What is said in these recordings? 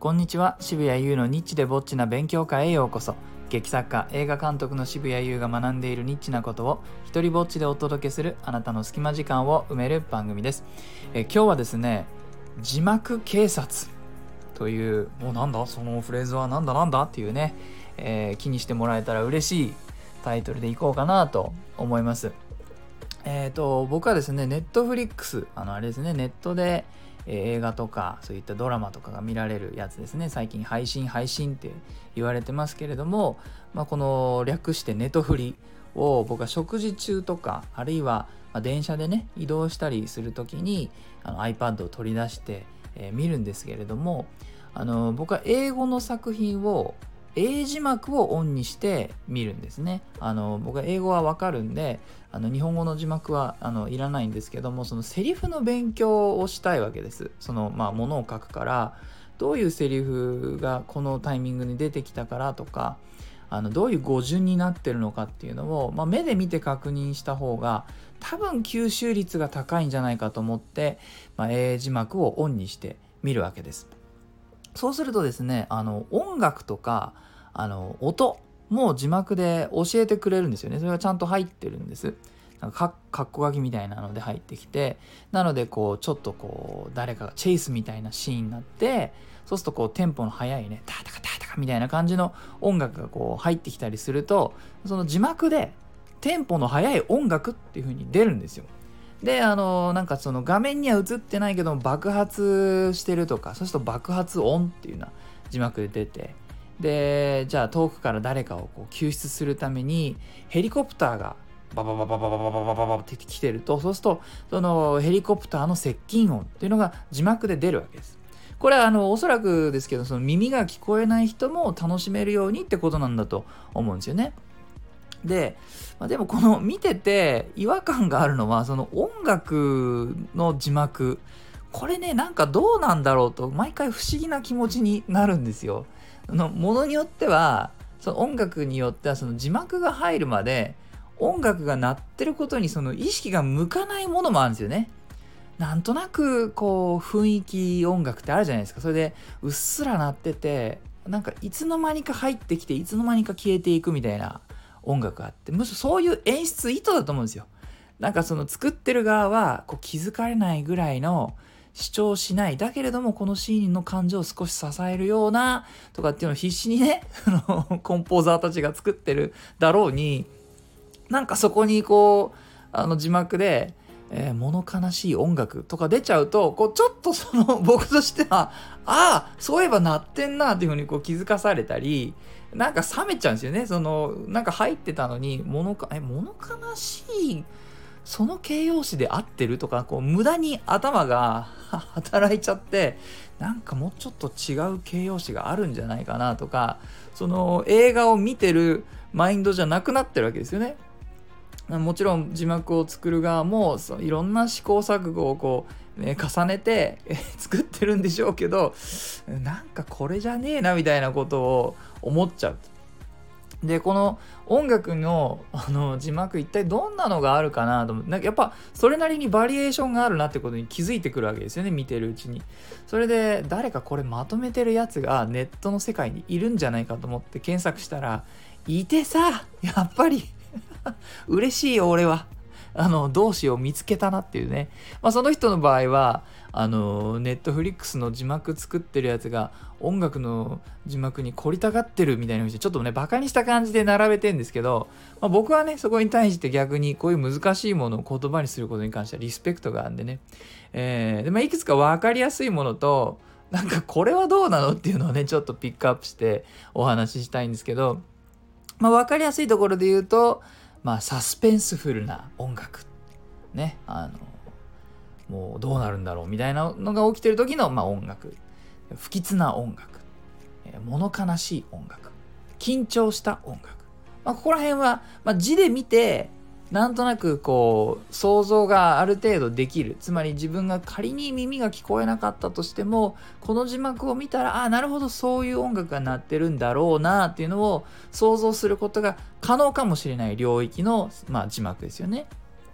こんにちは。渋谷優のニッチでぼっちな勉強会へようこそ。劇作家、映画監督の渋谷優が学んでいるニッチなことを一人ぼっちでお届けするあなたの隙間時間を埋める番組です。今日はですね、字幕警察という、もうなんだそのフレーズはなんだっていうね、気にしてもらえたら嬉しいタイトルでいこうかなと思います。僕はですね、ネットフリックス、あれですね、ネットで映画とかそういったドラマとかが見られるやつですね。最近配信って言われてますけれども、この略してネトフリを僕は食事中とか、あるいは電車でね移動したりするときにiPad を取り出して、見るんですけれども、僕は英語の作品を英字幕をオンにして見るんですね。僕は英語はわかるんで日本語の字幕はいらないんですけども、そのセリフの勉強をしたいわけです。ものを書くからどういうセリフがこのタイミングに出てきたからとか、どういう語順になってるのかっていうのを、目で見て確認した方が多分吸収率が高いんじゃないかと思って、英字幕をオンにして見るわけです。そうするとですね、音楽とか音も字幕で教えてくれるんですよね。それがちゃんと入ってるんです。かっこ書きみたいなので入ってきて、なのでちょっと誰かがチェイスみたいなシーンになって、そうするとテンポの速いね、タタカタタカみたいな感じの音楽が入ってきたりすると、その字幕でテンポの速い音楽っていう風に出るんですよ。でなんかその画面には映ってないけど爆発してるとか、そうすると爆発音っていうような字幕で出て、でじゃあ遠くから誰かを救出するためにヘリコプターがバババババババババババって来てると、そうするとそのヘリコプターの接近音っていうのが字幕で出るわけです。これはおそらくですけど、その耳が聞こえない人も楽しめるようにってことなんだと思うんですよね。でもこの見てて違和感があるのは、その音楽の字幕、これね、なんかどうなんだろうと毎回不思議な気持ちになるんですよ。ものによっては、その音楽によってはその字幕が入るまで音楽が鳴ってることにその意識が向かないものもあるんですよね。なんとなく雰囲気音楽ってあるじゃないですか。それでうっすら鳴ってて、なんかいつの間にか入ってきていつの間にか消えていくみたいな音楽があって、むしろそういう演出意図だと思うんですよ。なんかその作ってる側は気づかれないぐらいの主張しない、だけれどもこのシーンの感情を少し支えるようなとかっていうのを必死にねコンポーザーたちが作ってるだろうに、なんかそこに字幕で物悲しい音楽とか出ちゃうと、ちょっとその僕としてはそういえば鳴ってんなっていうふうに気づかされたり、なんか冷めちゃうんですよね。なんか入ってたのに物悲しい、その形容詞で合ってるとか、無駄に頭が働いちゃって、なんかもうちょっと違う形容詞があるんじゃないかなとか、その映画を見てるマインドじゃなくなってるわけですよね。もちろん字幕を作る側もいろんな試行錯誤を重ねて作ってるんでしょうけど、なんかこれじゃねえなみたいなことを思っちゃう。でこの音楽の字幕、一体どんなのがあるかなと思って、なんかやっぱそれなりにバリエーションがあるなってことに気づいてくるわけですよね、見てるうちに。それで誰かこれまとめてるやつがネットの世界にいるんじゃないかと思って検索したらいてさ、やっぱり嬉しいよ俺は。同志を見つけたなっていうね。その人の場合はネットフリックスの字幕作ってるやつが音楽の字幕に凝りたがってるみたいな風にちょっとねバカにした感じで並べてんですけど、僕はねそこに対して逆にこういう難しいものを言葉にすることに関してはリスペクトがあるんでね、でいくつか分かりやすいものと、なんかこれはどうなのっていうのをねちょっとピックアップしてお話ししたいんですけど、分かりやすいところで言うと、サスペンスフルな音楽ね、もうどうなるんだろうみたいなのが起きてる時の音楽、不吉な音楽、物悲しい音楽、緊張した音楽、ここら辺は、字で見てなんとなく想像がある程度できる。つまり自分が仮に耳が聞こえなかったとしても、この字幕を見たらなるほどそういう音楽が鳴ってるんだろうなっていうのを想像することが可能かもしれない領域の、字幕ですよね。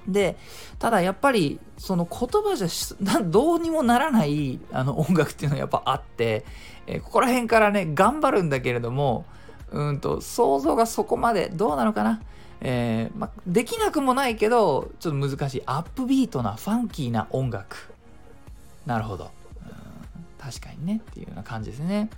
でただやっぱりその言葉じゃどうにもならない音楽っていうのがやっぱあって、ここら辺からね頑張るんだけれども想像がそこまでどうなのかな、できなくもないけどちょっと難しいアップビートなファンキーな音楽。なるほど、確かにねっていうような感じですね。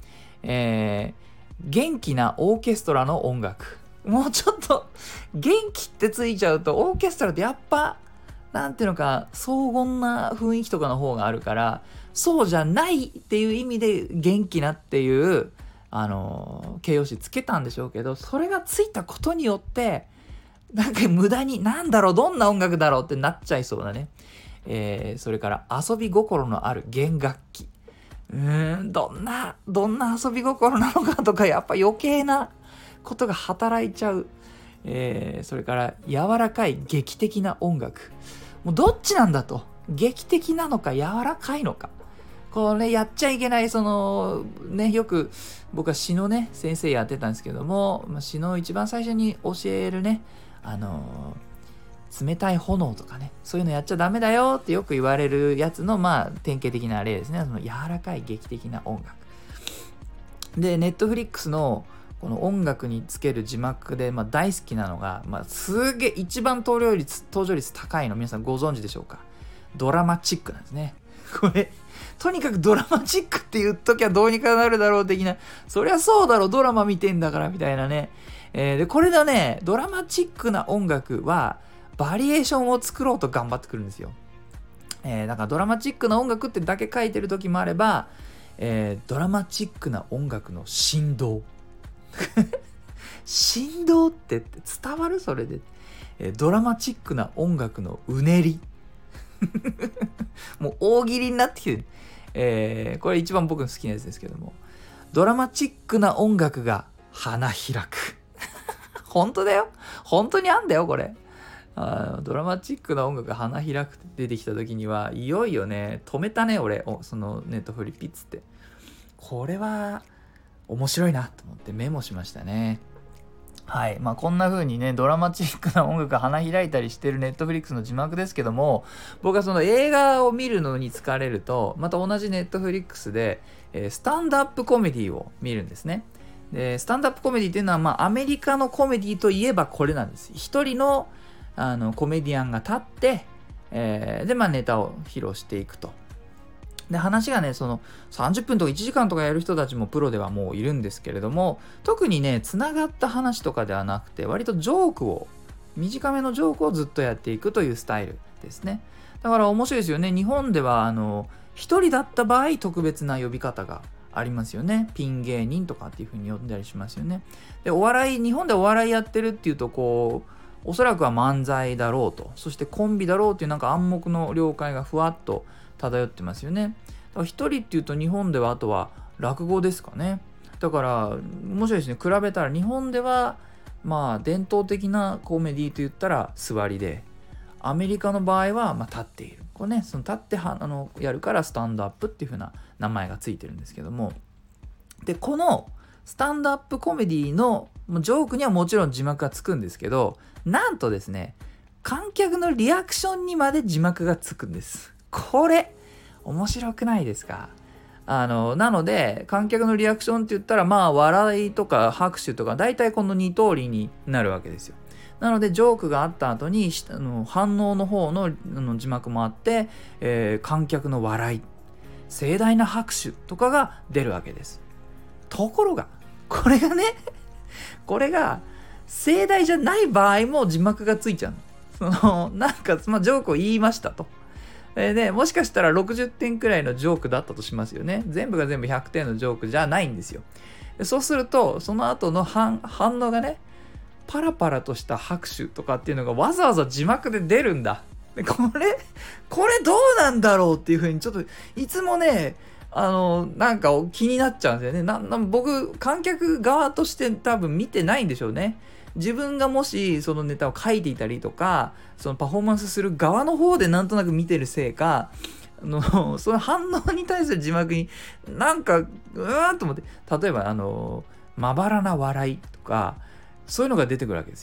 元気なオーケストラの音楽。もうちょっと元気ってついちゃうとオーケストラってやっぱなんていうのか荘厳な雰囲気とかの方があるから、そうじゃないっていう意味で元気なっていう形容詞つけたんでしょうけど、それがついたことによってなんか無駄にどんな音楽だろうってなっちゃいそうだね。それから遊び心のある弦楽器。どんな遊び心なのかとかやっぱ余計なことが働いちゃう。それから柔らかい劇的な音楽。もうどっちなんだと、劇的なのか柔らかいのか、これやっちゃいけない。よく僕は詩のね先生やってたんですけども、詩の一番最初に教えるね冷たい炎とかね、そういうのやっちゃダメだよってよく言われるやつの典型的な例ですね。その柔らかい劇的な音楽で、ネットフリックスのこの音楽につける字幕で、大好きなのが、すげえ一番登場率高いの皆さんご存知でしょうか。ドラマチックなんですね。これとにかくドラマチックって言っときゃどうにかなるだろう的な、そりゃそうだろドラマ見てんだからみたいなね。でこれだね、ドラマチックな音楽はバリエーションを作ろうと頑張ってくるんですよ。だからドラマチックな音楽ってだけ書いてる時もあれば、ドラマチックな音楽の振動振動って伝わる？それで、ドラマチックな音楽のうねりもう大喜利になってきてる。これ一番僕の好きなやつですけども、ドラマチックな音楽が花開く本当だよ、本当にあんだよこれ。ドラマチックな音楽が花開くって出てきた時にはいよいよね止めたね俺、そのネットフリピッツって、これは面白いなと思ってメモしましたね。はい、こんな風にねドラマチックな音楽が花開いたりしてるネットフリックスの字幕ですけども、僕はその映画を見るのに疲れるとまた同じネットフリックスで、スタンドアップコメディを見るんですね。でスタンドアップコメディっていうのは、アメリカのコメディといえばこれなんです。一人のコメディアンが立って、でネタを披露していくと。で話がねその30分とか1時間とかやる人たちもプロではもういるんですけれども、特にねつながった話とかではなくて割と短めのジョークをずっとやっていくというスタイルですね。だから面白いですよね。日本では一人だった場合特別な呼び方がありますよね。ピン芸人とかっていう風に呼んだりしますよね。で日本でお笑いやってるっていうとおそらくは漫才だろうと、そしてコンビだろうっていう暗黙の了解がふわっと漂ってますよね。だから一人っていうと日本ではあとは落語ですかね。だから面白いですね。比べたら日本では伝統的なコメディと言ったら座りで、アメリカの場合は立っている。これねその立ってやるからスタンドアップっていう風な名前がついてるんですけども、でこのスタンドアップコメディのジョークにはもちろん字幕がつくんですけど、なんとですね観客のリアクションにまで字幕がつくんです。これ面白くないですか？なので観客のリアクションって言ったら笑いとか拍手とか大体この2通りになるわけですよ。なのでジョークがあった後に反応の方の字幕もあって、観客の笑い、盛大な拍手とかが出るわけです。ところがこれが盛大じゃない場合も字幕がついちゃうの。ジョークを言いましたと。でもしかしたら60点くらいのジョークだったとしますよね。全部が全部100点のジョークじゃないんですよ。そうするとその後の反応がねパラパラとした拍手とかっていうのがわざわざ字幕で出るんだ。でこれどうなんだろうっていう風にちょっといつもね気になっちゃうんですよね。僕観客側として多分見てないんでしょうね。自分がもしそのネタを書いていたりとかそのパフォーマンスする側の方でなんとなく見てるせいかその反応に対する字幕にうーんと思って、例えばまばらな笑いとかそういうのが出てくるわけですよ。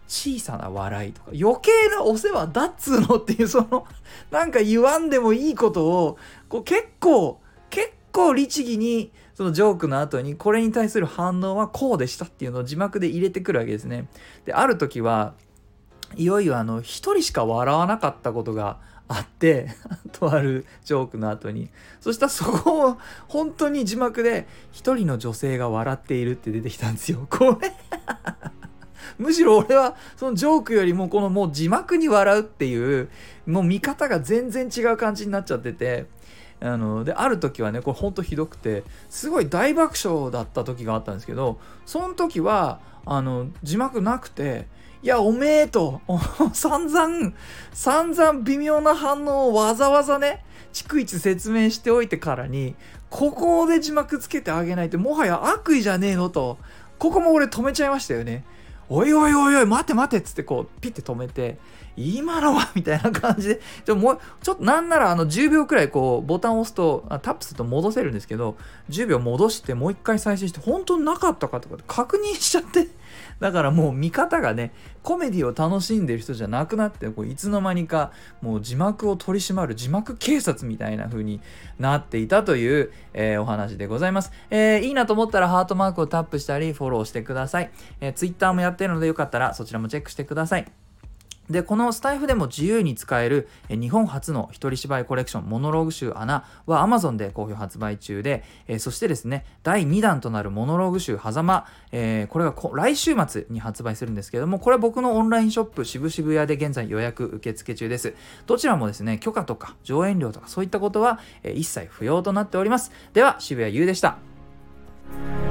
小さな笑いとか余計なお世話だっつうのっていう、そのなんか言わんでもいいことをこう結構律儀にそのジョークの後にこれに対する反応はこうでしたっていうのを字幕で入れてくるわけですね。である時はいよいよ一人しか笑わなかったことがあってとあるジョークの後に、そしたらそこを本当に字幕で一人の女性が笑っているって出てきたんですよ。これむしろ俺はそのジョークよりもこのもう字幕に笑うっていうもう見方が全然違う感じになっちゃってて、である時はねこれほんとひどくてすごい大爆笑だった時があったんですけど、その時は字幕なくて、いやおめえと散々微妙な反応をわざわざね逐一説明しておいてからにここで字幕つけてあげないってもはや悪意じゃねえのと、ここも俺止めちゃいましたよね。おい待てっつってこうピッて止めて、今のはみたいな感じで、もうちょっとなんなら10秒くらいこうボタンを押すとタップすると戻せるんですけど、10秒戻してもう一回再生して本当になかったかとか確認しちゃって、だからもう見方がねコメディを楽しんでる人じゃなくなって、こういつの間にかもう字幕を取り締まる字幕警察みたいな風になっていたという、お話でございます。いいなと思ったらハートマークをタップしたりフォローしてください。Twitter もやってるのでよかったらそちらもチェックしてください。でこのスタイフでも自由に使える日本初の一人芝居コレクションモノローグ集穴は Amazon で好評発売中で、そしてですね第2弾となるモノローグ集狭間、これが来週末に発売するんですけれども、これは僕のオンラインショップ渋々屋で現在予約受付中です。どちらもですね許可とか上演料とかそういったことは一切不要となっております。では渋谷優でした。